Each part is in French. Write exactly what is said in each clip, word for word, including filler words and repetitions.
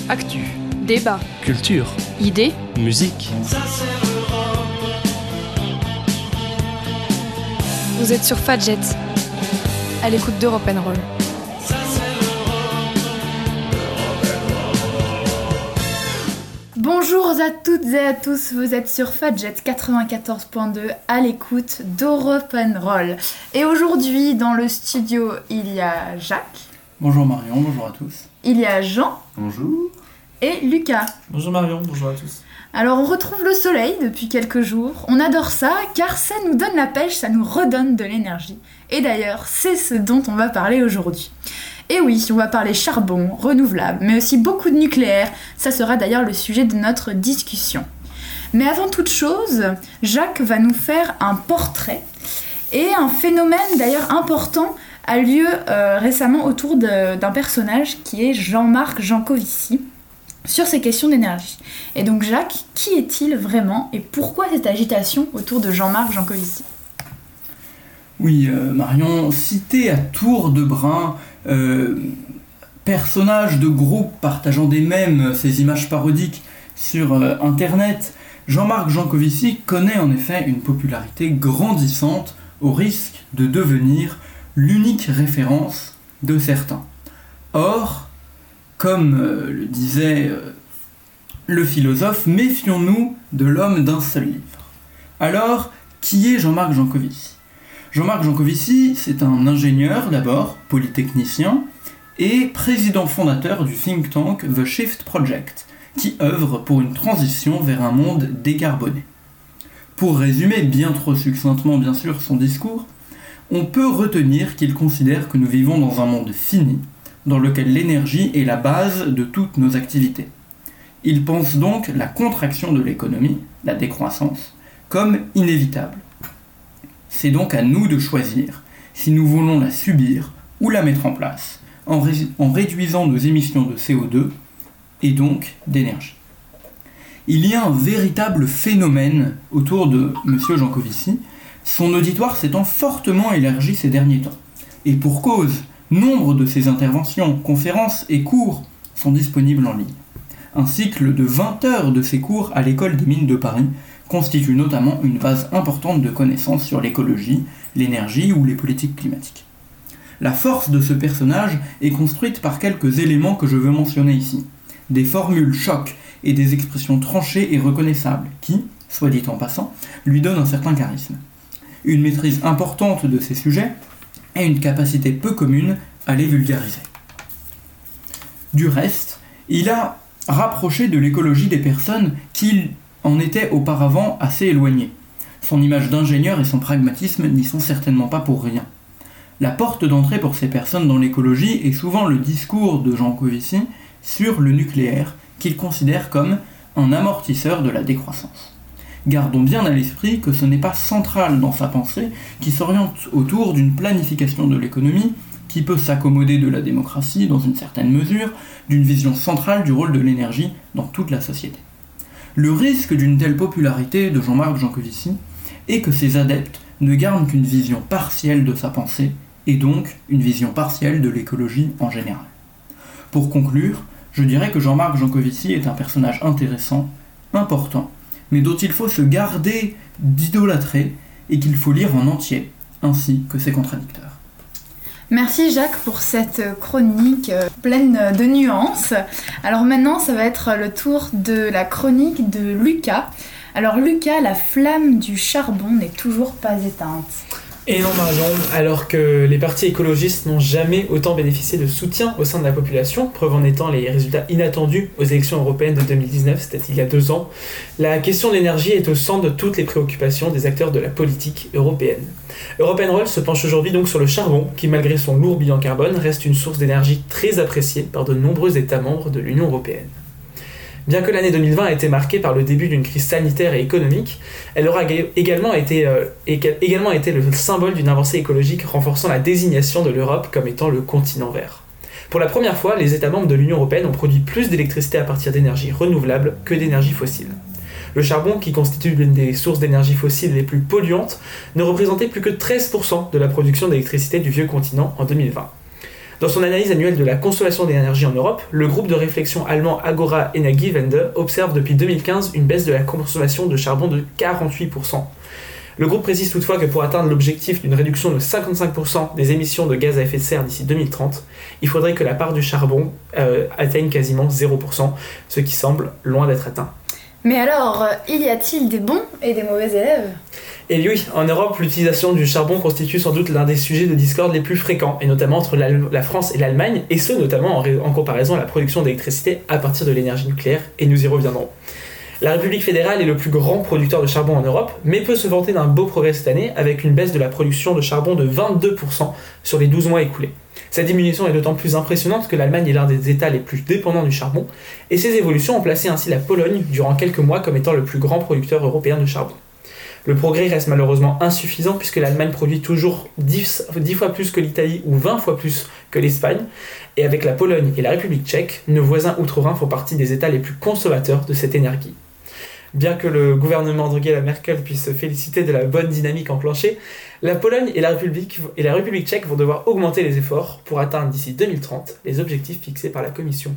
Actu, débat, culture, idées, musique. Vous êtes sur Fadjet, à l'écoute d'Europe and Roll. Bonjour à toutes et à tous, vous êtes sur Fadjet quatre-vingt-quatorze point deux à l'écoute d'Europe and Roll. Et aujourd'hui dans le studio il y a Jacques. Bonjour Marion, bonjour à tous. Il y a Jean. Bonjour. Et Lucas. Bonjour Marion, bonjour à tous. Alors on retrouve le soleil depuis quelques jours, on adore ça car ça nous donne la pêche, ça nous redonne de l'énergie. Et d'ailleurs c'est ce dont on va parler aujourd'hui. Et oui, on va parler charbon, renouvelable, mais aussi beaucoup de nucléaire, ça sera d'ailleurs le sujet de notre discussion. Mais avant toute chose, Jacques va nous faire un portrait et un phénomène d'ailleurs important a lieu euh, récemment autour de, d'un personnage qui est Jean-Marc Jancovici sur ces questions d'énergie. Et donc Jacques, qui est-il vraiment et pourquoi cette agitation autour de Jean-Marc Jancovici ? Oui, euh, Marion, cité à tour de bras, euh, personnage de groupe partageant des mèmes, ces images parodiques sur euh, Internet, Jean-Marc Jancovici connaît en effet une popularité grandissante au risque de devenir l'unique référence de certains. Or, comme euh, le disait euh, le philosophe, méfions-nous de l'homme d'un seul livre. Alors, qui est Jean-Marc Jancovici ? Jean-Marc Jancovici, c'est un ingénieur d'abord, polytechnicien, et président fondateur du think tank The Shift Project, qui œuvre pour une transition vers un monde décarboné. Pour résumer bien trop succinctement bien sûr son discours, on peut retenir qu'il considère que nous vivons dans un monde fini, dans lequel l'énergie est la base de toutes nos activités. Il pense donc la contraction de l'économie, la décroissance, comme inévitable. C'est donc à nous de choisir si nous voulons la subir ou la mettre en place, en, ré- en réduisant nos émissions de C O deux et donc d'énergie. Il y a un véritable phénomène autour de M. Jancovici, son auditoire s'étant fortement élargi ces derniers temps. Et pour cause, nombre de ses interventions, conférences et cours sont disponibles en ligne. Un cycle de vingt heures de ses cours à l'École des Mines de Paris constitue notamment une base importante de connaissances sur l'écologie, l'énergie ou les politiques climatiques. La force de ce personnage est construite par quelques éléments que je veux mentionner ici. Des formules chocs et des expressions tranchées et reconnaissables qui, soit dit en passant, lui donnent un certain charisme. Une maîtrise importante de ces sujets et une capacité peu commune à les vulgariser. Du reste, il a rapproché de l'écologie des personnes qui en étaient auparavant assez éloignées. Son image d'ingénieur et son pragmatisme n'y sont certainement pas pour rien. La porte d'entrée pour ces personnes dans l'écologie est souvent le discours de Jancovici sur le nucléaire, qu'il considère comme un amortisseur de la décroissance. Gardons bien à l'esprit que ce n'est pas central dans sa pensée, qui s'oriente autour d'une planification de l'économie qui peut s'accommoder de la démocratie dans une certaine mesure, d'une vision centrale du rôle de l'énergie dans toute la société. Le risque d'une telle popularité de Jean-Marc Jancovici est que ses adeptes ne gardent qu'une vision partielle de sa pensée, et donc une vision partielle de l'écologie en général. Pour conclure, je dirais que Jean-Marc Jancovici est un personnage intéressant, important, mais dont il faut se garder d'idolâtrer et qu'il faut lire en entier, ainsi que ses contradicteurs. Merci Jacques pour cette chronique pleine de nuances. Alors maintenant, ça va être le tour de la chronique de Lucas. Alors Lucas, la flamme du charbon n'est toujours pas éteinte. Et non Marion, alors que les partis écologistes n'ont jamais autant bénéficié de soutien au sein de la population, preuve en étant les résultats inattendus aux élections européennes de deux mille dix-neuf, c'était il y a deux ans, la question de l'énergie est au centre de toutes les préoccupations des acteurs de la politique européenne. Europe and Roll se penche aujourd'hui donc sur le charbon, qui malgré son lourd bilan carbone reste une source d'énergie très appréciée par de nombreux États membres de l'Union européenne. Bien que l'année deux mille vingt ait été marquée par le début d'une crise sanitaire et économique, elle aura également été, euh, également été le symbole d'une avancée écologique renforçant la désignation de l'Europe comme étant le continent vert. Pour la première fois, les États membres de l'Union européenne ont produit plus d'électricité à partir d'énergies renouvelables que d'énergie fossile. Le charbon, qui constitue l'une des sources d'énergie fossile les plus polluantes, ne représentait plus que treize pour cent de la production d'électricité du vieux continent en deux mille vingt. Dans son analyse annuelle de la consommation d'énergie en Europe, le groupe de réflexion allemand Agora Energiewende observe depuis deux mille quinze une baisse de la consommation de charbon de quarante-huit pour cent. Le groupe précise toutefois que pour atteindre l'objectif d'une réduction de cinquante-cinq pour cent des émissions de gaz à effet de serre d'ici deux mille trente, il faudrait que la part du charbon euh, atteigne quasiment zéro pour cent, ce qui semble loin d'être atteint. Mais alors, y a-t-il des bons et des mauvais élèves ? Et oui, en Europe, l'utilisation du charbon constitue sans doute l'un des sujets de discorde les plus fréquents, et notamment entre la, la France et l'Allemagne, et ce notamment en, en comparaison à la production d'électricité à partir de l'énergie nucléaire, et nous y reviendrons. La République fédérale est le plus grand producteur de charbon en Europe, mais peut se vanter d'un beau progrès cette année, avec une baisse de la production de charbon de vingt-deux pour cent sur les douze mois écoulés. Cette diminution est d'autant plus impressionnante que l'Allemagne est l'un des États les plus dépendants du charbon, et ces évolutions ont placé ainsi la Pologne durant quelques mois comme étant le plus grand producteur européen de charbon. Le progrès reste malheureusement insuffisant puisque l'Allemagne produit toujours dix fois plus que l'Italie ou vingt fois plus que l'Espagne, et avec la Pologne et la République tchèque, nos voisins outre-Rhin font partie des États les plus consommateurs de cette énergie. Bien que le gouvernement d'Angela Merkel puisse se féliciter de la bonne dynamique enclenchée, la Pologne et la République, et la République tchèque vont devoir augmenter les efforts pour atteindre d'ici deux mille trente les objectifs fixés par la Commission.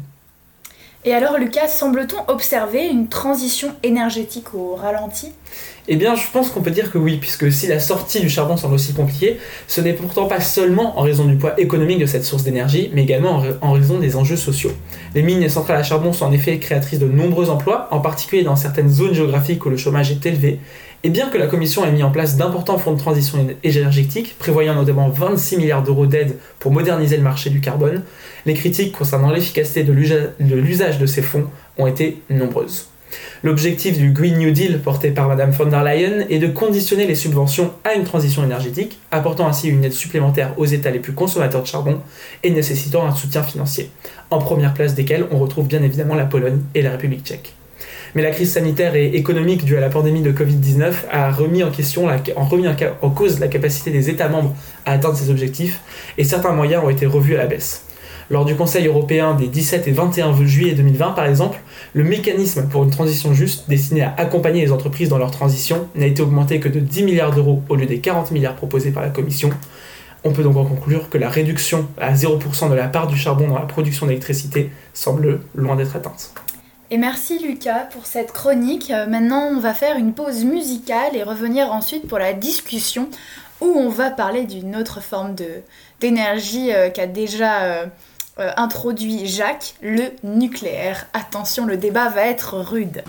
Et alors Lucas, semble-t-on observer une transition énergétique au ralenti ? Eh bien, je pense qu'on peut dire que oui, puisque si la sortie du charbon semble aussi compliquée, ce n'est pourtant pas seulement en raison du poids économique de cette source d'énergie, mais également en, ra- en raison des enjeux sociaux. Les mines et centrales à charbon sont en effet créatrices de nombreux emplois, en particulier dans certaines zones géographiques où le chômage est élevé, et bien que la Commission ait mis en place d'importants fonds de transition énergétique, prévoyant notamment vingt-six milliards d'euros d'aide pour moderniser le marché du carbone, les critiques concernant l'efficacité de l'usa- de l'usage de ces fonds ont été nombreuses. L'objectif du Green New Deal porté par Madame von der Leyen est de conditionner les subventions à une transition énergétique, apportant ainsi une aide supplémentaire aux États les plus consommateurs de charbon et nécessitant un soutien financier, en première place desquels on retrouve bien évidemment la Pologne et la République tchèque. Mais la crise sanitaire et économique due à la pandémie de covid dix-neuf a remis en question, la, en remis en, en cause la capacité des États membres à atteindre ces objectifs, et certains moyens ont été revus à la baisse. Lors du Conseil européen des dix-sept et vingt et un juillet deux mille vingt, par exemple, le mécanisme pour une transition juste destiné à accompagner les entreprises dans leur transition n'a été augmenté que de dix milliards d'euros au lieu des quarante milliards proposés par la Commission. On peut donc en conclure que la réduction à zéro pour cent de la part du charbon dans la production d'électricité semble loin d'être atteinte. Et merci Lucas pour cette chronique. Euh, maintenant, on va faire une pause musicale et revenir ensuite pour la discussion où on va parler d'une autre forme de, d'énergie euh, qu'a déjà euh, euh, introduit Jacques, le nucléaire. Attention, le débat va être rude.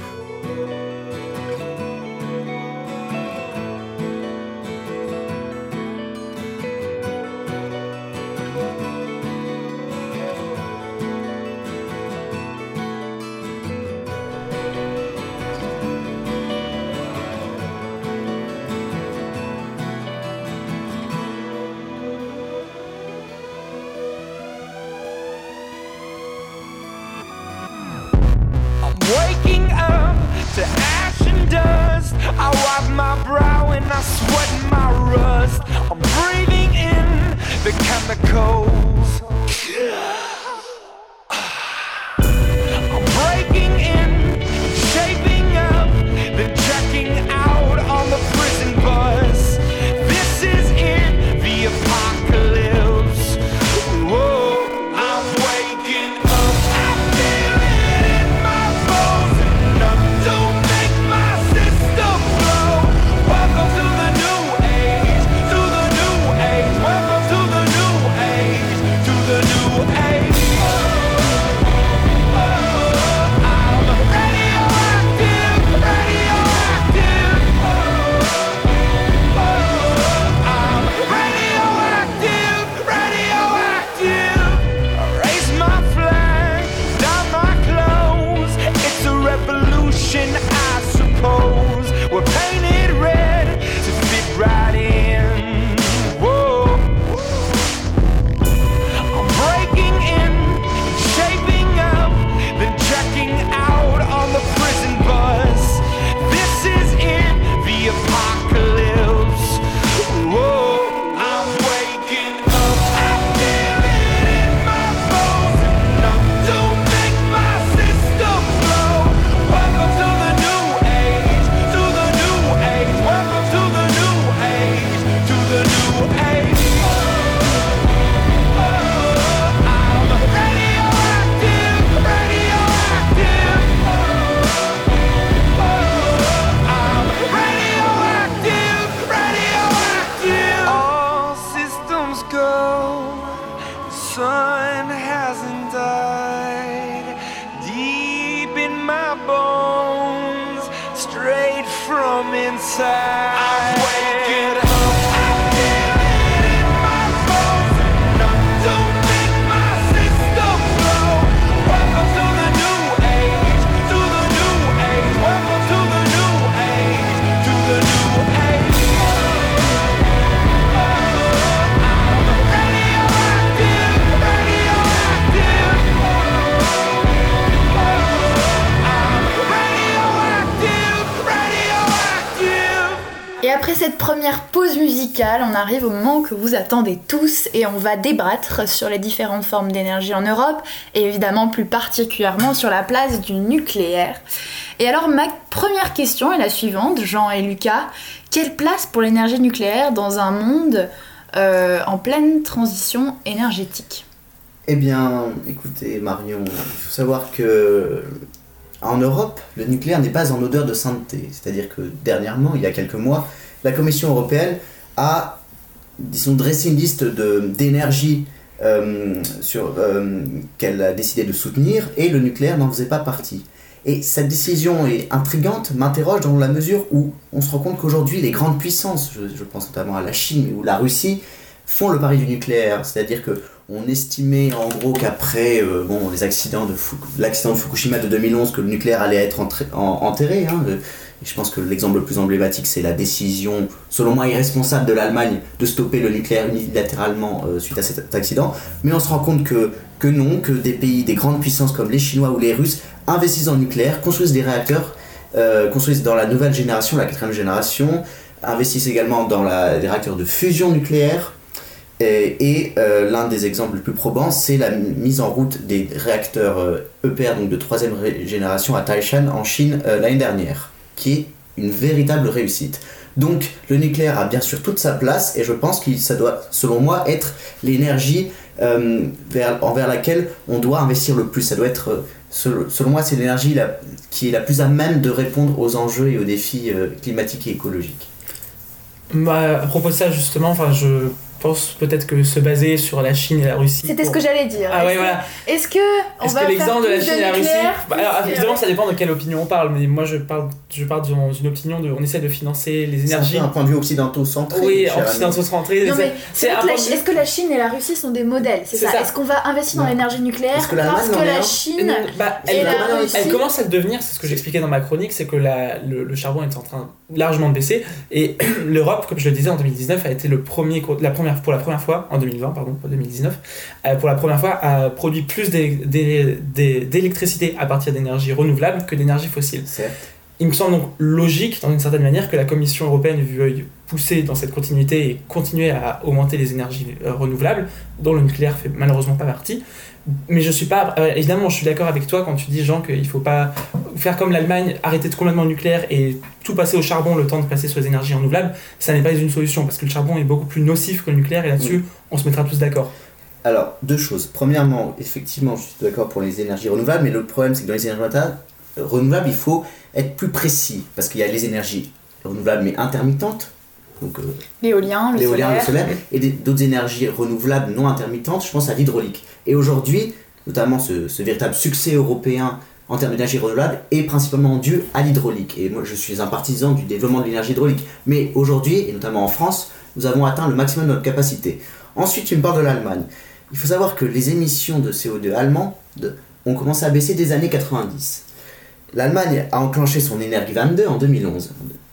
Waking up to ash and dust, I wipe my brow and I sweat my rust. I'm breathing in the chemicals. I'm breaking in, shaping up, then checking out on the prison bus. This is it, the apocalypse. Whoa, I'm waking up, I feel it in my bones, enough to make my system blow. Welcome to the new age, to the new age, welcome to the new age. sun hasn't died deep in my bones, straight from inside. I'm waking up. I feel it in my bones, enough to make my system blow. Welcome to the new age, to the new age. Welcome to the new age, to the new age. Et après cette première pause musicale, on arrive au moment que vous attendez tous et on va débattre sur les différentes formes d'énergie en Europe et évidemment plus particulièrement sur la place du nucléaire. Et alors ma première question est la suivante, Jean et Lucas. Quelle place pour l'énergie nucléaire dans un monde euh, en pleine transition énergétique ? Eh bien, écoutez Marion, il faut savoir que en Europe, le nucléaire n'est pas en odeur de sainteté. C'est-à-dire que dernièrement, il y a quelques mois, la Commission européenne a, disons, dressé une liste de, d'énergie euh, sur, euh, qu'elle a décidé de soutenir et le nucléaire n'en faisait pas partie. Et cette décision est intrigante, m'interroge dans la mesure où on se rend compte qu'aujourd'hui, les grandes puissances, je, je pense notamment à la Chine ou la Russie, font le pari du nucléaire. C'est-à-dire que on estimait en gros qu'après euh, bon, les accidents de Fuku- l'accident de Fukushima de deux mille onze que le nucléaire allait être entré- en- enterré. Hein, et je pense que l'exemple le plus emblématique c'est la décision, selon moi irresponsable, de l'Allemagne de stopper le nucléaire unilatéralement euh, suite à cet accident. Mais on se rend compte que, que non, que des pays, des grandes puissances comme les Chinois ou les Russes investissent dans le nucléaire, construisent des réacteurs, euh, construisent dans la nouvelle génération, la quatrième génération, investissent également dans la, les réacteurs de fusion nucléaire. Et, et euh, l'un des exemples les plus probants, c'est la mise en route des réacteurs euh, E P R, donc de troisième ré- génération à Taishan en Chine euh, l'année dernière, qui est une véritable réussite. Donc le nucléaire a bien sûr toute sa place et je pense que ça doit, selon moi, être l'énergie euh, vers, envers laquelle on doit investir le plus. Ça doit être, euh, selon, selon moi, c'est l'énergie la, qui est la plus à même de répondre aux enjeux et aux défis euh, climatiques et écologiques. Bah, à propos de ça, justement, enfin, je pense peut-être que se baser sur la Chine et la Russie. C'était pour... ce que j'allais dire. Ah est-ce ouais, que, voilà. Est-ce que on Est-ce va que faire l'exemple de la plus Chine et la Russie, nucléaire, bah, alors plus évidemment de- ça dépend de quelle opinion on parle, mais moi je parle, je parle dans une opinion de, on essaie de financer les énergies. C'est un point de vue occidentaux-centré. Oui, cher ami. occidentaux-centrés. Non, mais c'est vrai un que la point de Chi- vue- est-ce que la Chine et la Russie sont des modèles, c'est C'est ça, ça. Est-ce qu'on va investir dans Non. l'énergie nucléaire Est-ce que la parce Allemagne que en est la un Chine Euh, bah, et elle, la elle Russie commence à devenir, c'est ce que j'expliquais dans ma chronique, c'est que la, le, le charbon est en train largement de baisser et l'Europe, comme je le disais en deux mille dix-neuf, a été le premier, la première, pour la première fois, en deux mille vingt, pardon, pas deux mille dix-neuf, euh, pour la première fois a produit plus d'é- d'é- d'é- d'électricité à partir d'énergie renouvelable que d'énergie fossile. Certes. Il me semble donc logique, dans une certaine manière, que la Commission européenne veuille pousser dans cette continuité et continuer à augmenter les énergies euh, renouvelables, dont le nucléaire fait malheureusement pas partie. Mais je suis pas... euh, évidemment, je suis d'accord avec toi quand tu dis, Jean, qu'il faut pas faire comme l'Allemagne, arrêter de complètement le nucléaire et tout passer au charbon le temps de passer sur les énergies renouvelables. Ça n'est pas une solution, parce que le charbon est beaucoup plus nocif que le nucléaire, et là-dessus, Oui. on se mettra tous d'accord. Alors, deux choses. Premièrement, effectivement, je suis d'accord pour les énergies renouvelables, mais le problème, c'est que dans les énergies renouvelables, il faut être plus précis, parce qu'il y a les énergies renouvelables, mais intermittentes, donc euh, l'éolien, le l'éolien, solaire. le solaire, et des- d'autres énergies renouvelables non intermittentes, je pense à l'hydraulique. Et aujourd'hui, notamment ce, ce véritable succès européen en termes d'énergie renouvelable est principalement dû à l'hydraulique. Et moi, je suis un partisan du développement de l'énergie hydraulique. Mais aujourd'hui, et notamment en France, nous avons atteint le maximum de notre capacité. Ensuite, tu me parles de l'Allemagne. Il faut savoir que les émissions de C O deux allemands de- ont commencé à baisser dès les années quatre-vingt-dix. L'Allemagne a enclenché son Énergie vingt-deux en deux mille onze.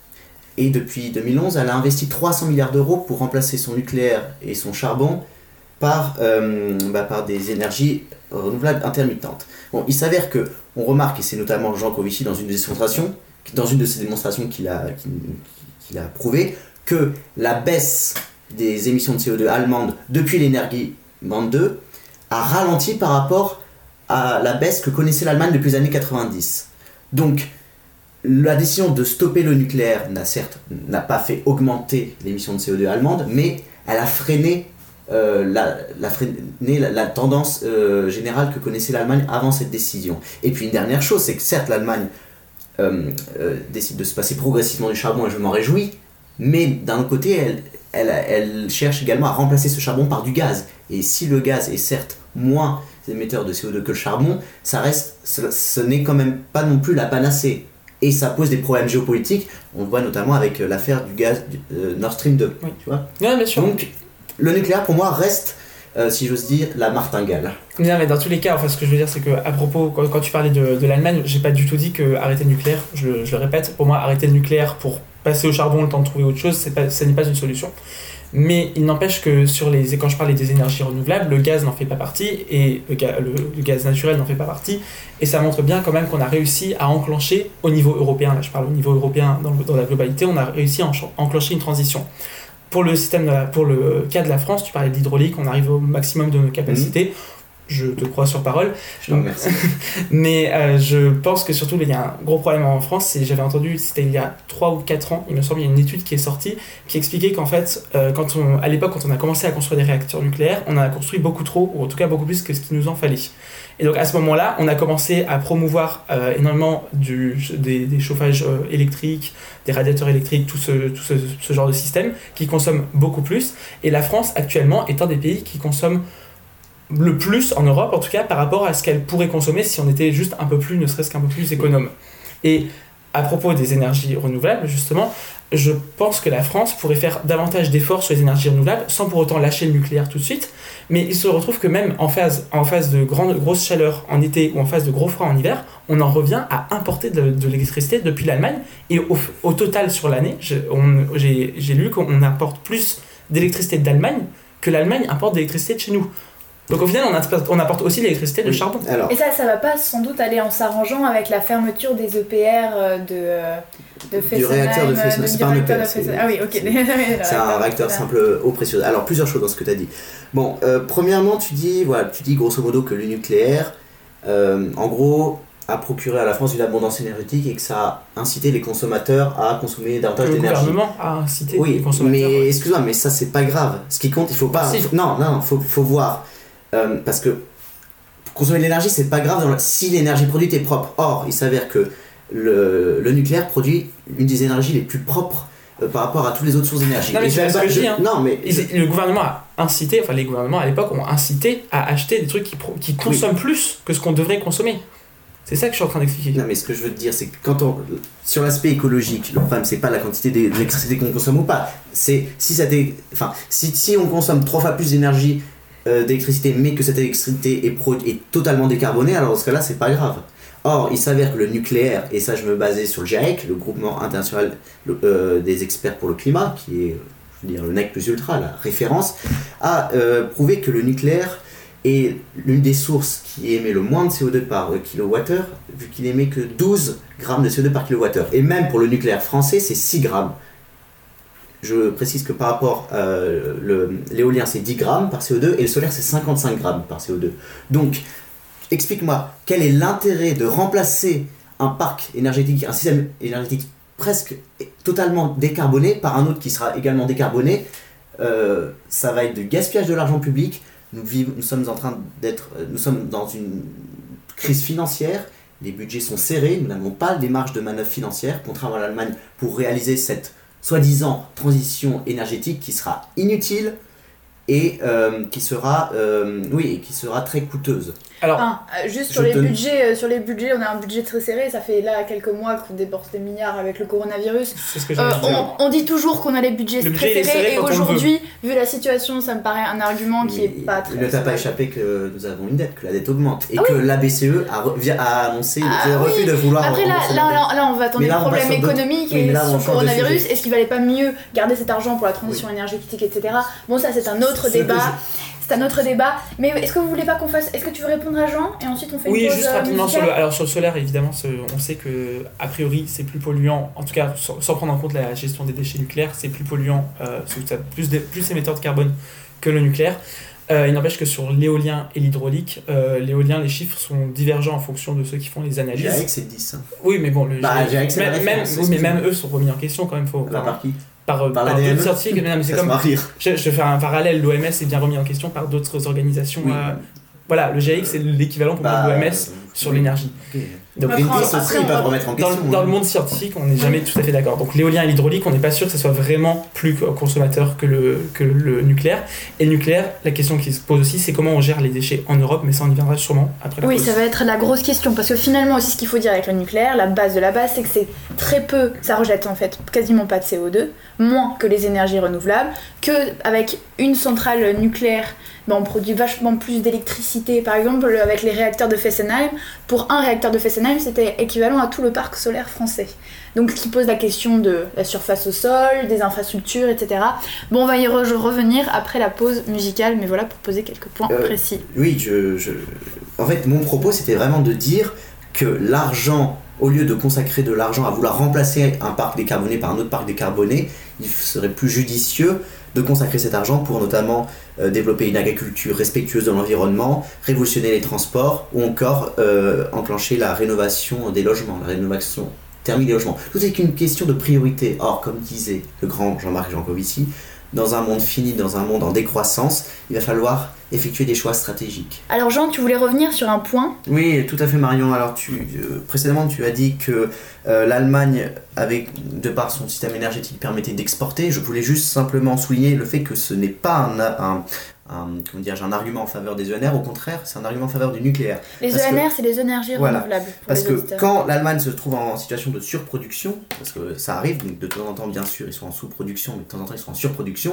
Et depuis deux mille onze, elle a investi trois cents milliards d'euros pour remplacer son nucléaire et son charbon par, euh, bah, par des énergies renouvelables intermittentes. Bon, il s'avère que on remarque, et c'est notamment Jean Covici dans une de ses démonstrations, dans une de ses démonstrations qu'il a, qu'il, qu'il a prouvé, que la baisse des émissions de C O deux allemandes depuis l'Énergie vingt-deux a ralenti par rapport à la baisse que connaissait l'Allemagne depuis les années quatre-vingt-dix. Donc, la décision de stopper le nucléaire n'a certes n'a pas fait augmenter l'émission de C O deux allemande, mais elle a freiné, euh, la, la, freiné la, la tendance euh, générale que connaissait l'Allemagne avant cette décision. Et puis une dernière chose, c'est que certes l'Allemagne euh, euh, décide de se passer progressivement du charbon et je m'en réjouis, mais d'un autre côté, elle, elle, elle cherche également à remplacer ce charbon par du gaz. Et si le gaz est certes moins émetteur de C O deux que le charbon, ça reste, ce, ce n'est quand même pas non plus la panacée. Et ça pose des problèmes géopolitiques. On le voit notamment avec l'affaire du gaz du, euh, Nord Stream deux. Oui. Tu vois. Ouais, bien sûr. Donc, le nucléaire, pour moi, reste, euh, si j'ose dire, la martingale. Non, mais dans tous les cas, enfin, ce que je veux dire, c'est que à propos, quand, quand tu parlais de, de l'Allemagne, j'ai pas du tout dit que arrêter le nucléaire. Je, je le répète, pour moi, arrêter le nucléaire pour passer au charbon, le temps de trouver autre chose, c'est pas, ça n'est pas une solution. Mais il n'empêche que sur les, quand je parlais des énergies renouvelables, le gaz n'en fait pas partie et le, ga, le, le gaz naturel n'en fait pas partie. Et ça montre bien quand même qu'on a réussi à enclencher au niveau européen, là je parle au niveau européen dans, le, dans la globalité, on a réussi à enclencher une transition. Pour le, système de la, pour le cas de la France, tu parlais de l'hydraulique, on arrive au maximum de nos capacités. Mmh. Je te crois sur parole. Je te remercie. Mais euh, je pense que surtout, il y a un gros problème en France. C'est, j'avais entendu, c'était il y a trois ou quatre ans, il me semble, il y a une étude qui est sortie qui expliquait qu'en fait, euh, quand on, à l'époque, quand on a commencé à construire des réacteurs nucléaires, on en a construit beaucoup trop, ou en tout cas beaucoup plus que ce qu'il nous en fallait. Et donc à ce moment-là, on a commencé à promouvoir euh, énormément du, des, des chauffages euh, électriques, des radiateurs électriques, tout, ce, tout ce, ce genre de système qui consomment beaucoup plus. Et la France, actuellement, est un des pays qui consomme le plus en Europe, en tout cas par rapport à ce qu'elle pourrait consommer si on était juste un peu plus, ne serait-ce qu'un peu plus économe. Et à propos des énergies renouvelables, justement, je pense que la France pourrait faire davantage d'efforts sur les énergies renouvelables sans pour autant lâcher le nucléaire tout de suite, mais il se retrouve que même en phase, en phase de grande, grosse chaleur en été ou en phase de gros froid en hiver, on en revient à importer de, de l'électricité depuis l'Allemagne, et au, au total sur l'année, je, on, j'ai, j'ai lu qu'on importe plus d'électricité d'Allemagne que l'Allemagne importe d'électricité de chez nous. Donc au final, on apporte, on apporte aussi l'électricité de charbon. Alors. Et ça, ça va pas sans doute aller en s'arrangeant avec la fermeture des E P R de, de Fessenheim. Du réacteur de Fessenheim, c'est pas un E P R. C'est, ah oui, ok. C'est, c'est un réacteur simple eau précieuse. Alors plusieurs choses dans ce que tu as dit. Bon, euh, premièrement, tu dis, voilà, tu dis grosso modo que le nucléaire, euh, en gros, a procuré à la France une abondance énergétique et que ça a incité les consommateurs à consommer davantage le d'énergie. Le gouvernement a incité oui, les consommateurs. Mais ouais. excuse-moi, mais ça c'est pas grave. Ce qui compte, il faut pas. Si. Faut, non, non, faut, faut voir. Euh, parce que consommer de l'énergie, c'est pas grave dans la, si l'énergie produite est propre. Or, il s'avère que le, le nucléaire produit une des énergies les plus propres euh, par rapport à toutes les autres sources d'énergie. Non, mais c'est ce que je dis. Hein. Non, mais je... Le gouvernement a incité, enfin les gouvernements à l'époque ont incité à acheter des trucs qui, pro, qui consomment oui. plus que ce qu'on devrait consommer. C'est ça que je suis en train d'expliquer. Non, mais ce que je veux te dire, c'est que quand on, sur l'aspect écologique, le problème c'est pas la quantité d'électricité qu'on consomme ou pas. C'est si ça dé, enfin, si, si on consomme trois fois plus d'énergie Euh, d'électricité, mais que cette électricité est, pro- est totalement décarbonée, alors dans ce cas-là, c'est pas grave. Or, il s'avère que le nucléaire, et ça je me basais sur le GIEC, le groupement international euh, des experts pour le climat, qui est, je veux dire, le nec plus ultra, la référence, a euh, prouvé que le nucléaire est l'une des sources qui émet le moins de C O deux par kilowattheure, vu qu'il émet que douze grammes de C O deux par kilowattheure. Et même pour le nucléaire français, c'est six grammes. Je précise que par rapport à euh, le, l'éolien, c'est dix grammes par C O deux et le solaire, c'est cinquante-cinq grammes par C O deux. Donc, explique-moi, quel est l'intérêt de remplacer un parc énergétique, un système énergétique presque totalement décarboné par un autre qui sera également décarboné? euh, Ça va être du gaspillage de l'argent public. Nous, vivons, nous sommes en train d'être, nous sommes dans une crise financière. Les budgets sont serrés, nous n'avons pas des marges de manœuvre financières, contrairement à l'Allemagne, pour réaliser cette soi-disant transition énergétique qui sera inutile et euh, qui sera euh, oui qui sera très coûteuse. Alors, enfin, juste sur les, te... budgets, euh, sur les budgets, on a un budget très serré, ça fait là quelques mois qu'on dépense des milliards avec le coronavirus. C'est ce que euh, on, on dit toujours qu'on a les budgets le très budget serrés serré et aujourd'hui, vu la situation, ça me paraît un argument qui est pas très... Il ne t'a pas échappé que nous avons une dette, que la dette augmente et ah que oui. l'A B C E a, re, a annoncé ah, le refus oui. de vouloir... Après là, là, là, là, on va attendre des problèmes économiques oui, et sur le coronavirus. Est-ce qu'il valait pas mieux garder cet argent pour la transition oui. énergétique, et cetera. Bon, ça c'est un autre c'est débat. C'est un autre débat, mais est-ce que vous voulez pas qu'on fasse... Est-ce que tu veux répondre à Jean et ensuite on fait oui, une pause juste rapidement sur le... Alors sur le solaire, évidemment, on sait que a priori c'est plus polluant, en tout cas sans prendre en compte la gestion des déchets nucléaires, c'est plus polluant, euh, plus, de... plus émetteur de carbone que le nucléaire. Euh, il n'empêche que sur l'éolien et l'hydraulique, euh, l'éolien, les chiffres sont divergents en fonction de ceux qui font les analyses. GIEC c'est dix. Hein. Oui, mais bon, le bah, GIEC, c'est même, même, oui, mais même eux sont remis en question quand même. Faut, par, par qui Par, par, par d'autres scientifiques, mais c'est comme. Je, je vais faire un parallèle, l'O M S est bien remis en question par d'autres organisations. Oui. Euh, Voilà, le G I E C c'est l'équivalent pour Bah, moi de l'O M S euh, sur oui. l'énergie. Ok. Donc, Après, Greenpeace après, aussi, on ils peuvent va- remettre en Dans, question. le- dans hein. le monde scientifique, on n'est jamais tout à fait d'accord. Donc l'éolien et l'hydraulique, on n'est pas sûr que ce soit vraiment plus consommateur que le, que le nucléaire. Et le nucléaire, la question qui se pose aussi, c'est comment on gère les déchets en Europe, mais ça on y viendra sûrement après la Oui, pause. ça va être la grosse question parce que finalement aussi ce qu'il faut dire avec le nucléaire, la base de la base, c'est que c'est très peu, ça rejette en fait quasiment pas de C O deux, moins que les énergies renouvelables, que avec une centrale nucléaire, ben, on produit vachement plus d'électricité. Par exemple, avec les réacteurs de Fessenheim, pour un réacteur de Fessenheim, c'était équivalent à tout le parc solaire français. Donc, ce qui pose la question de la surface au sol, des infrastructures, et cetera. Bon, on va y re- revenir après la pause musicale, mais voilà pour poser quelques points Euh, précis. Oui, je, je... En fait, mon propos, c'était vraiment de dire que l'argent, au lieu de consacrer de l'argent à vouloir remplacer un parc décarboné par un autre parc décarboné, il serait plus judicieux de consacrer cet argent pour notamment euh, développer une agriculture respectueuse de l'environnement, révolutionner les transports ou encore euh, enclencher la rénovation des logements, la rénovation thermique des logements. Tout est qu'une question de priorité. Or, comme disait le grand Jean-Marc Jancovici, dans un monde fini, dans un monde en décroissance, il va falloir effectuer des choix stratégiques. Alors Jean, tu voulais revenir sur un point. Oui, tout à fait Marion. Alors tu, euh, précédemment tu as dit que euh, l'Allemagne, avec, de par son système énergétique, permettait d'exporter. Je voulais juste simplement souligner le fait que ce n'est pas un, un, un, comment dire, un argument en faveur des E N R, au contraire, c'est un argument en faveur du nucléaire. Les Parce E N R, que- c'est les énergies Voilà. renouvelables. Pour Parce les que auditeurs. quand l'Allemagne se trouve en situation de surproduction, parce que ça arrive, donc de temps en temps bien sûr ils sont en sous-production, mais de temps en temps ils sont en surproduction,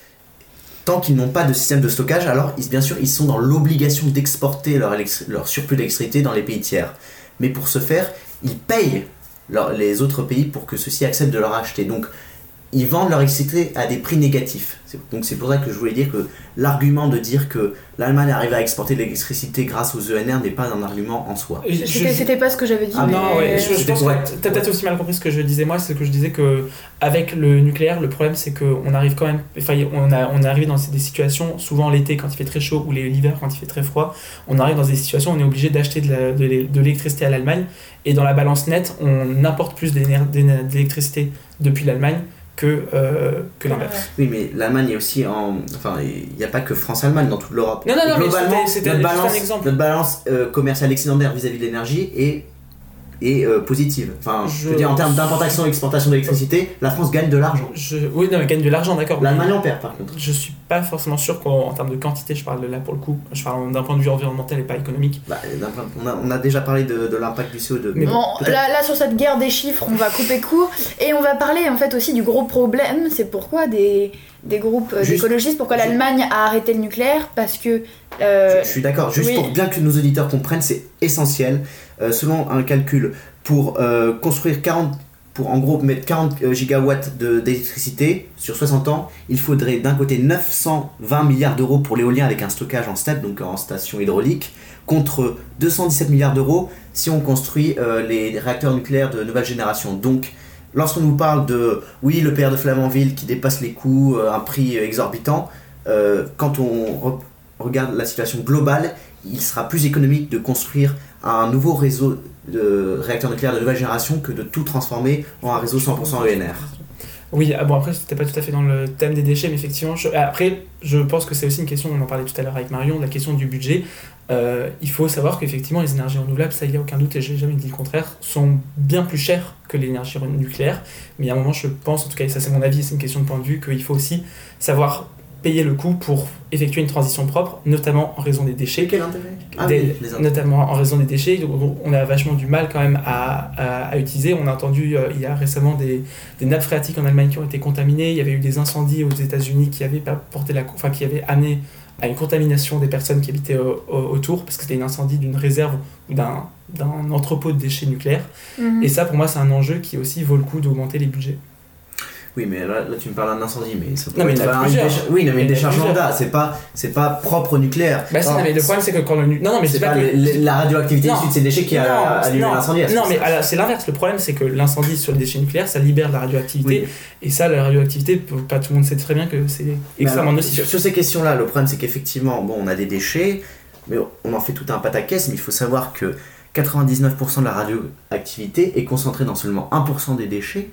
tant qu'ils n'ont pas de système de stockage, alors ils- bien sûr ils sont dans l'obligation d'exporter leur, électri- leur surplus d'électricité dans les pays tiers. Mais pour ce faire, ils payent leur- les autres pays pour que ceux-ci acceptent de leur acheter. Donc ils vendent leur électricité à des prix négatifs. C'est- Donc c'est pour ça que je voulais dire que l'argument de dire que l'Allemagne arrive à exporter de l'électricité grâce aux E N R n'est pas un argument en soi. Je- C'était, c'était pas ce que j'avais dit. Ah mais... Non, ouais, je, je C'était pense pour que être- t'as peut-être aussi mal compris ce que je disais moi, c'est que je disais que avec le nucléaire, le problème c'est qu'on arrive quand même, enfin on, a, on est arrivé dans des situations, souvent l'été quand il fait très chaud ou les- l'hiver quand il fait très froid, on arrive dans des situations où on est obligé d'acheter de, la- de l'é- de l'électricité à l'Allemagne et dans la balance nette, on importe plus d'éner- d'éner- d'électricité depuis l'Allemagne que, euh, que l'inverse. Oui, mais l'Allemagne est aussi en. Enfin, il n'y a pas que France-Allemagne dans toute l'Europe. Non, non, non, mais Globalement, c'était- c'était notre juste un balance, exemple. notre balance euh, commerciale excédentaire vis-à-vis de l'énergie est, est euh, positive. Enfin, je... Je- veux dire, en termes d'importation et exportation d'électricité, la France gagne de l'argent. Je, oui, non, mais gagne de l'argent, d'accord. mais- L'Allemagne en perd, par contre. Je suis pas forcément sûr qu'en en termes de quantité, je parle de là pour le coup, je parle d'un point de vue environnemental et pas économique. Bah, d'un point- on, a, on a déjà parlé de, de l'impact du C O deux. Mais Bon, peut-être- là, là, sur cette guerre des chiffres, on va couper court et on va parler en fait aussi du gros problème. C'est pourquoi des, des groupes euh, Juste- d'écologistes, pourquoi l'Allemagne a arrêté le nucléaire, parce que. euh, Je, je suis d'accord, juste oui. pour bien que nos auditeurs comprennent, c'est essentiel. Euh, selon un calcul, pour euh, construire quarante, pour en gros mettre quarante gigawatts de- d'électricité sur soixante ans, il faudrait d'un côté neuf cent vingt milliards d'euros pour l'éolien avec un stockage en stade, donc en station hydraulique, contre deux cent dix-sept milliards d'euros si on construit euh, les réacteurs nucléaires de nouvelle génération. Donc, lorsqu'on nous parle de, oui, le P R de Flamanville qui dépasse les coûts, euh, un prix exorbitant, euh, quand on re- regarde la situation globale, il sera plus économique de construire un nouveau réseau de réacteurs nucléaires de nouvelle génération que de tout transformer en un réseau cent pour cent E N R. Oui, ah bon après c'était pas tout à fait dans le thème des déchets, mais effectivement, je- après je pense que c'est aussi une question, on en parlait tout à l'heure avec Marion, de la question du budget. Euh, il faut savoir qu'effectivement les énergies renouvelables, ça il n'y a aucun doute et j'ai jamais dit le contraire, sont bien plus chères que l'énergie nucléaire. Mais à un moment je pense, en tout cas et ça c'est mon avis, c'est une question de point de vue, qu'il faut aussi savoir payer le coût pour effectuer une transition propre, notamment en raison des déchets. Quel intérêt Ah Des- oui, les intérêts. notamment en raison des déchets, on on a vachement du mal quand même à, à, à utiliser. On a entendu euh, il y a récemment des, des nappes phréatiques en Allemagne qui ont été contaminées. Il y avait eu des incendies aux États-Unis qui avaient pas porté la, enfin qui avaient amené à une contamination des personnes qui habitaient au- au- autour parce que c'était un incendie d'une réserve ou d'un d'un entrepôt de déchets nucléaires. mhm. Et ça, pour moi, c'est un enjeu qui aussi vaut le coup d'augmenter les budgets. Oui, mais là, là, tu me parles d'un incendie, mais ça peut Non, mais être il y en a pas une plusieurs. décha- Oui, non, mais Il y une en a décharge plusieurs. lambda, c'est pas, c'est pas propre au nucléaire. Bah, c'est- Or, non, mais le problème, c'est que quand le nu- non, non, mais c'est c'est pas pas que le- le- la radioactivité Non. issue de ces déchets qui a Non, allumé non, l'incendie. Non, mais alors, c'est l'inverse. Le problème, c'est que l'incendie sur les déchets nucléaires, ça libère de la radioactivité. Oui. Et ça, la radioactivité, pas tout le monde sait très bien que c'est Mais extrêmement alors, nocif. Sur, sur ces questions-là, le problème c'est qu'effectivement, bon, on a des déchets, mais on en fait tout un pataquès, mais il faut savoir que quatre-vingt-dix-neuf pour cent de la radioactivité est concentrée dans seulement un pour cent des déchets.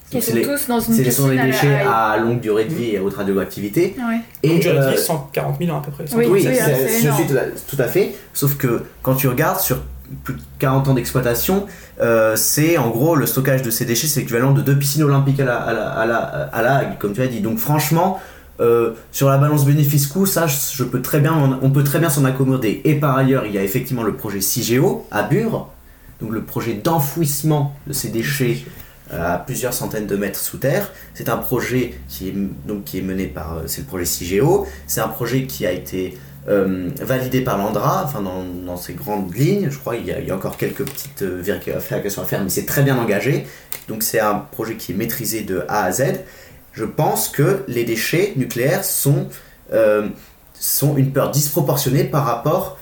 Qui c'est sont les- tous dans une C'est les sont des piscine déchets à la- à longue durée de vie et à haute radioactivité. Ouais. Et Donc, tu as euh, dit cent quarante mille ans à peu près. Oui, oui, c'est- c'est- c'est je énorme. suis tout à, tout à fait. Sauf que quand tu regardes sur plus de quarante ans d'exploitation, euh, c'est en gros le stockage de ces déchets, c'est l'équivalent de deux piscines olympiques à la, à la, à la, à la Hague, comme tu as dit. Donc franchement, euh, sur la balance bénéfice-coût, ça, je peux très bien, on peut très bien s'en accommoder. Et par ailleurs, il y a effectivement le projet Cigéo à Bure, donc le projet d'enfouissement de ces déchets à plusieurs centaines de mètres sous terre. C'est un projet qui est, donc, qui est mené par, c'est le projet Cigéo. C'est un projet qui a été euh, validé par l'ANDRA, enfin dans, dans ses grandes lignes. Je crois qu'il y a, il y a encore quelques petites euh, vérifications à faire, mais c'est très bien engagé. Donc c'est un projet qui est maîtrisé de A à Z. Je pense que les déchets nucléaires sont, euh, sont une peur disproportionnée par rapport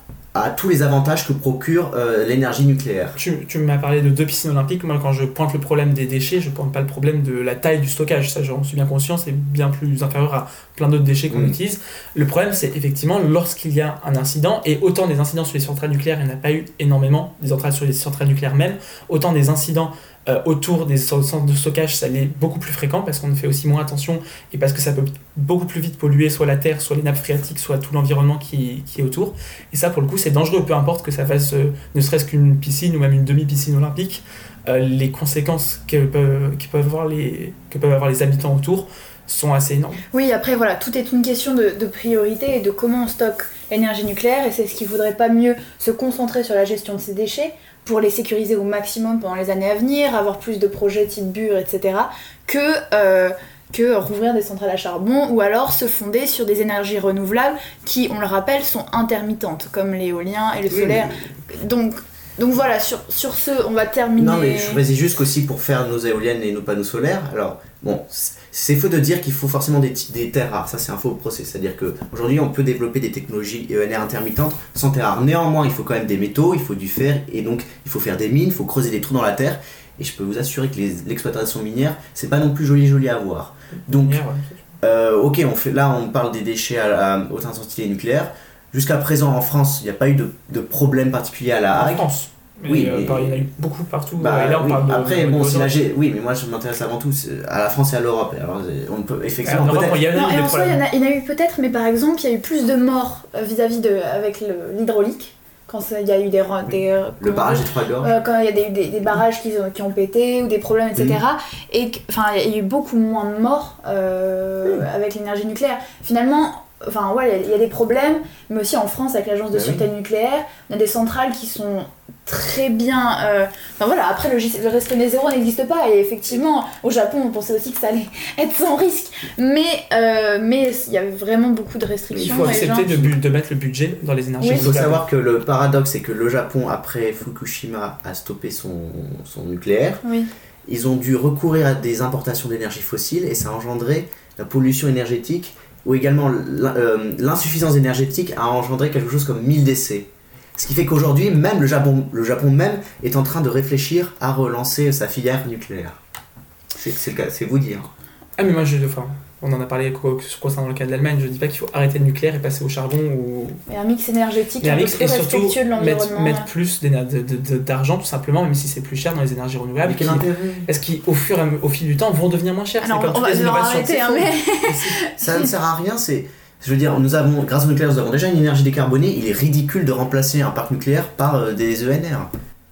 à tous les avantages que procure euh, l'énergie nucléaire. Tu, tu m'as parlé de deux piscines olympiques. Moi, quand je pointe le problème des déchets, je pointe pas le problème de la taille du stockage. Ça, j'en suis bien conscient, c'est bien plus inférieur à plein d'autres déchets qu'on Mmh. utilise. Le problème, c'est effectivement lorsqu'il y a un incident, et autant des incidents sur les centrales nucléaires, il n'y en a pas eu énormément, des centrales sur les centrales nucléaires même, autant des incidents euh, autour des centres de stockage, ça l'est beaucoup plus fréquent parce qu'on fait aussi moins attention et parce que ça peut beaucoup plus vite polluer soit la terre, soit les nappes phréatiques, soit tout l'environnement qui, qui est autour. Et ça, pour le coup, c'est dangereux, peu importe que ça fasse euh, ne serait-ce qu'une piscine ou même une demi-piscine olympique. Euh, les conséquences que peuvent, que, peuvent avoir les, que peuvent avoir les habitants autour sont assez énormes. Oui, après voilà, tout est une question de, de priorité et de comment on stocke l'énergie nucléaire, et c'est ce qu'il faudrait pas mieux se concentrer sur la gestion de ces déchets pour les sécuriser au maximum pendant les années à venir, avoir plus de projets type Bure, et cetera, que, euh, que rouvrir des centrales à charbon, ou alors se fonder sur des énergies renouvelables qui, on le rappelle, sont intermittentes, comme l'éolien et le Oui, solaire. mais- Donc, donc voilà, sur, sur ce, on va terminer... Non, mais je précise juste qu'aussi pour faire nos éoliennes et nos panneaux solaires, alors, bon, c'est faux de dire qu'il faut forcément des, des terres rares, ça c'est un faux procès, c'est-à-dire qu'aujourd'hui on peut développer des technologies E N R intermittentes sans terres rares. Néanmoins, il faut quand même des métaux, il faut du fer, et donc il faut faire des mines, il faut creuser des trous dans la terre, et je peux vous assurer que les- l'exploitation minière, c'est pas non plus joli joli à voir. Donc, Hier, ouais. euh, ok, on fait, là on parle des déchets à, à haute intensité nucléaire. Jusqu'à présent en France, il n'y a pas eu de, de problème particulier à la En Hague. France. Mais, Oui, euh, mais- par- il y en a eu beaucoup partout. Bah, et là, on oui. parle de, Après, de- bon, de- si la G- oui, mais moi je m'intéresse avant tout c'est à la France et à l'Europe. Alors, on peut effectivement En Europe, peut-être. il y a eu Non, et des en soi, il y, en problèmes. a- il y en a eu peut-être, mais par exemple, il y a eu plus de morts euh, vis-à-vis de avec le- l'hydraulique, quand ça- il y a eu des... re- des euh, Le comment barrage dire, des Trois Gorges. euh, quand il y a des, des, des barrages qui, ont- qui ont pété ou des problèmes, et cetera. Et que- enfin, il y a eu beaucoup moins de morts euh, avec l'énergie nucléaire. Finalement, enfin, ouais, il y a- il y, a des problèmes, mais aussi en France, avec l'agence de Bah sûreté nucléaire, on a des centrales qui sont très bien... euh, Enfin voilà, après le, gis- le respect des zéros n'existe pas, et effectivement, au Japon, on pensait aussi que ça allait être sans risque. Mais euh, mais il y avait vraiment beaucoup de restrictions. Il faut et les gens accepter de, qui- bu- de mettre le budget dans les énergies Oui. Il faut renouvelables. savoir que le paradoxe, c'est que le Japon, après Fukushima, a stoppé son, son nucléaire. Oui. Ils ont dû recourir à des importations d'énergie fossile et ça a engendré la pollution énergétique ou également l'in- euh, l'insuffisance énergétique a engendré quelque chose comme mille décès. Ce qui fait qu'aujourd'hui, même le Japon, le Japon même est en train de réfléchir à relancer sa filière nucléaire. C'est c'est le cas, c'est vous dire. Ah, mais moi, je, enfin, on en a parlé co- concernant le cas de l'Allemagne. Je dis pas qu'il faut arrêter le nucléaire et passer au charbon ou. Et un mix énergétique Mais un un peu mix, plus et surtout respectueux de mettre, l'environnement. mettre plus d'éner- de- de- de- d'argent, tout simplement, même si c'est plus cher dans les énergies renouvelables. Mais quel qui- intérêt Est-ce qu'au fur et à me- au fil du temps vont devenir moins chers? Alors, C'est comme on toutes va les devoir innovations. arrêter, C'est hein, faux. mais... Et c'est- Ça ne sert à rien, c'est... Je veux dire, nous avons, grâce au nucléaire, nous avons déjà une énergie décarbonée. Il est ridicule de remplacer un parc nucléaire par euh, des E N R.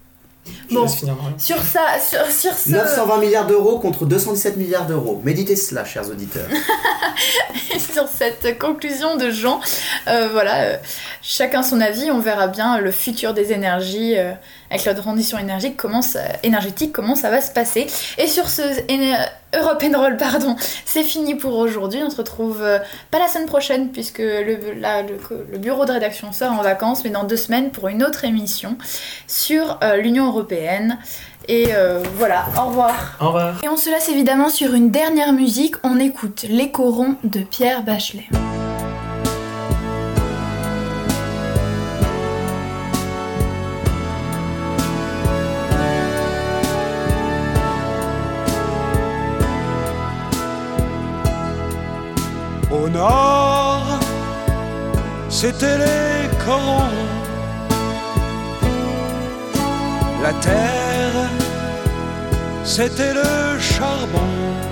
je Bon. laisse finir, hein. Sur ça, sur, sur ce... neuf cent vingt milliards d'euros contre deux cent dix-sept milliards d'euros. Méditez cela, chers auditeurs. sur cette conclusion de Jean, euh, voilà, euh, chacun son avis, on verra bien le futur des énergies euh, avec la transition énergique, comment ça, énergétique, comment ça va se passer. Et sur ce éner- Europe and Roll, pardon, c'est fini pour aujourd'hui. On se retrouve euh, pas la semaine prochaine puisque le, la- le, le bureau de rédaction sort en vacances, mais dans deux semaines pour une autre émission sur euh, l'Union européenne. Et euh, voilà, au revoir. Au revoir. Et on se laisse évidemment sur une dernière musique, on écoute Les Corons de Pierre Bachelet. Au nord, c'était les corons. La terre, c'était le charbon.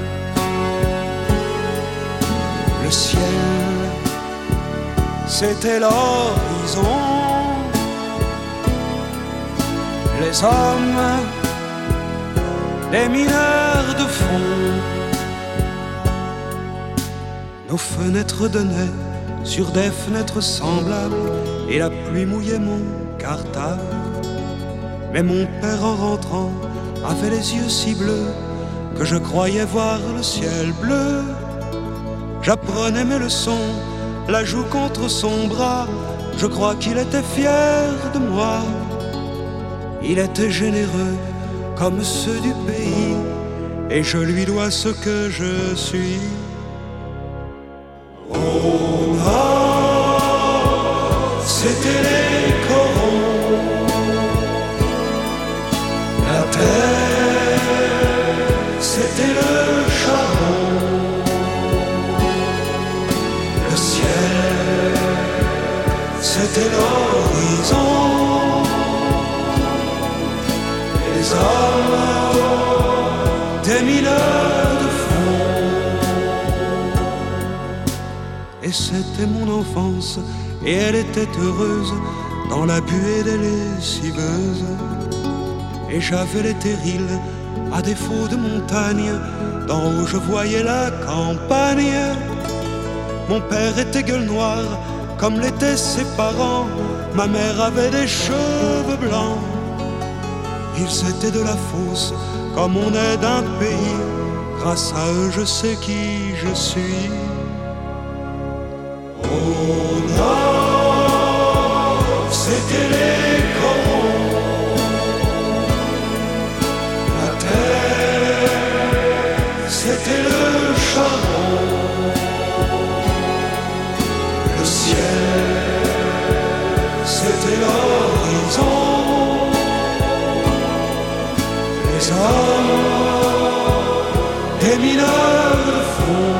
Le ciel, c'était l'horizon. Les hommes, des mineurs de fond. Nos fenêtres donnaient sur des fenêtres semblables, et la pluie mouillait mon cartable. Mais mon père en rentrant avait les yeux si bleus que je croyais voir le ciel bleu. J'apprenais mes leçons, la joue contre son bras. Je crois qu'il était fier de moi. Il était généreux comme ceux du pays, et je lui dois ce que je suis. Au nord, c'était les corons. La terre, c'était le charbon. Le ciel, c'était l'horizon. Les hommes, des mineurs de fond. Et c'était mon enfance, et elle était heureuse dans la buée des lessiveuses. Et j'avais les terrils, à défaut de montagne, d'en haut je voyais la campagne. Mon père était gueule noire, comme l'étaient ses parents. Ma mère avait des cheveux blancs. Ils étaient de la fosse, comme on est d'un pays. Grâce à eux, je sais qui je suis. Au nord, c'était les corons. La terre, c'était le charbon. Le ciel, c'était l'horizon. Les hommes, des mineurs de fond.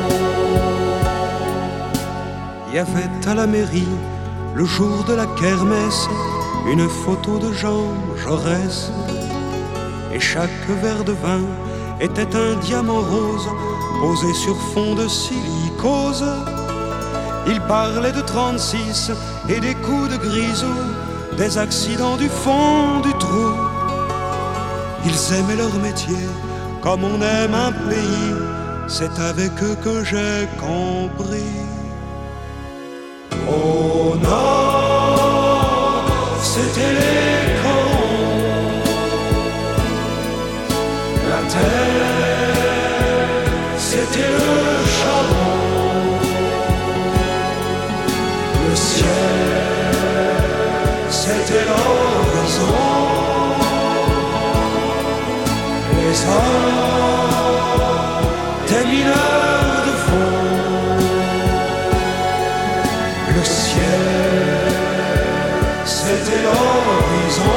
Il y avait à la mairie, le jour de la kermesse, une photo de Jean Jaurès. Et chaque verre de vin était un diamant rose posé sur fond de silicose. Il parlait de trente-six et des coups de grisou, des accidents du fond du trou. Ils aimaient leur métier comme on aime un pays. C'est avec eux que j'ai compris. Au nord, c'était les corons. La terre, c'était le charbon. Le ciel, c'était l'horizon. Les hommes, des mineurs de fond. Le ciel, c'était l'horizon.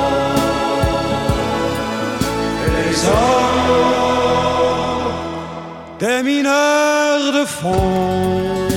Les hommes, des mineurs de fond.